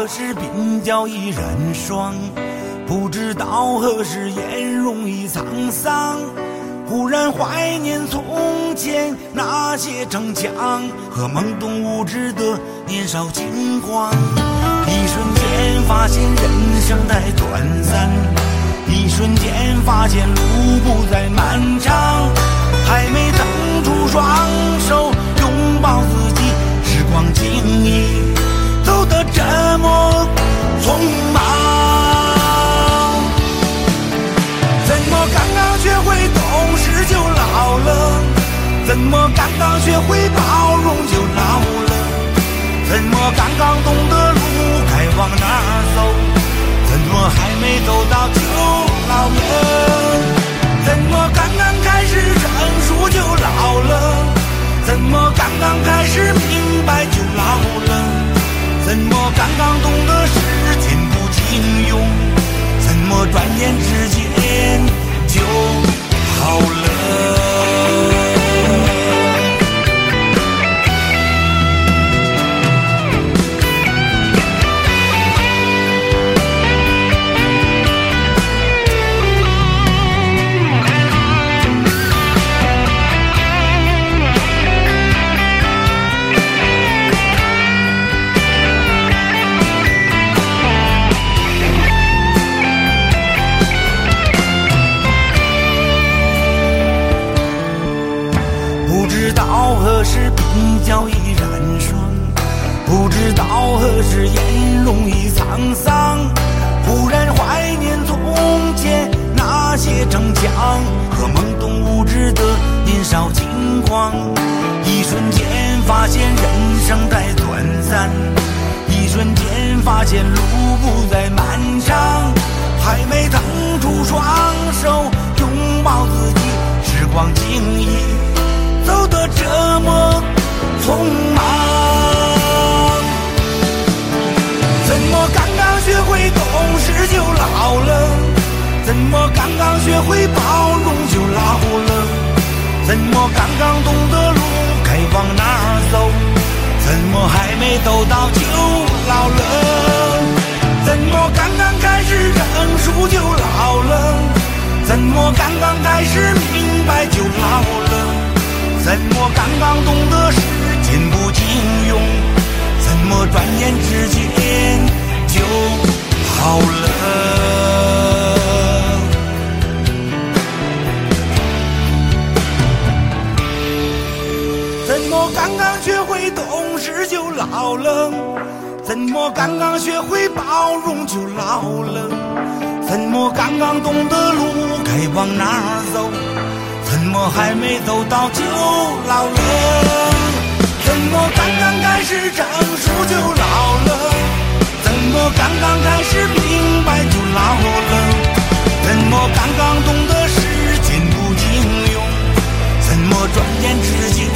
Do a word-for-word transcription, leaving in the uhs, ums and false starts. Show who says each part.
Speaker 1: 何时鬓角已染霜，不知道何时颜容已沧桑。忽然怀念从前那些逞强和懵懂无知的年少轻狂，一瞬间发现人生太短暂，一瞬间发现路不再漫长，还没腾出双手拥抱自己，时光轻易走得这么匆忙。怎么刚刚学会懂事就老了？怎么刚刚学会包容就老了？怎么刚刚懂得路该往哪儿走？怎么还没走到就老了？怎么刚刚开始成熟就老了？怎么刚刚开始明白就老了？怎么刚刚懂得时间不经用？怎么转眼之间就好了？何时鬓角已染霜，不知道何时颜容已沧桑。忽然怀念从前那些逞强和懵懂无知的年少轻狂，一瞬间发现人生太短暂，一瞬间发现路不再漫长，还没腾出双手拥抱自己，时光轻易走得这么匆忙。怎么刚刚学会懂事就老了？怎么刚刚学会包容就老了？怎么刚刚懂得路该往哪儿走？怎么还没走到就老了？怎么刚刚开始成熟就老了？怎么刚刚开始明白就老了？怎么刚刚懂得时间不经用？怎么转眼之间就好了？怎么刚刚学会懂事就老了？怎么刚刚学会包容就老了？怎么刚刚懂得路该往哪儿走？怎么还没走到就老了？怎么刚刚开始成熟就老了？怎么刚刚开始明白就老了？怎么刚刚懂得时间不经用？怎么转眼之间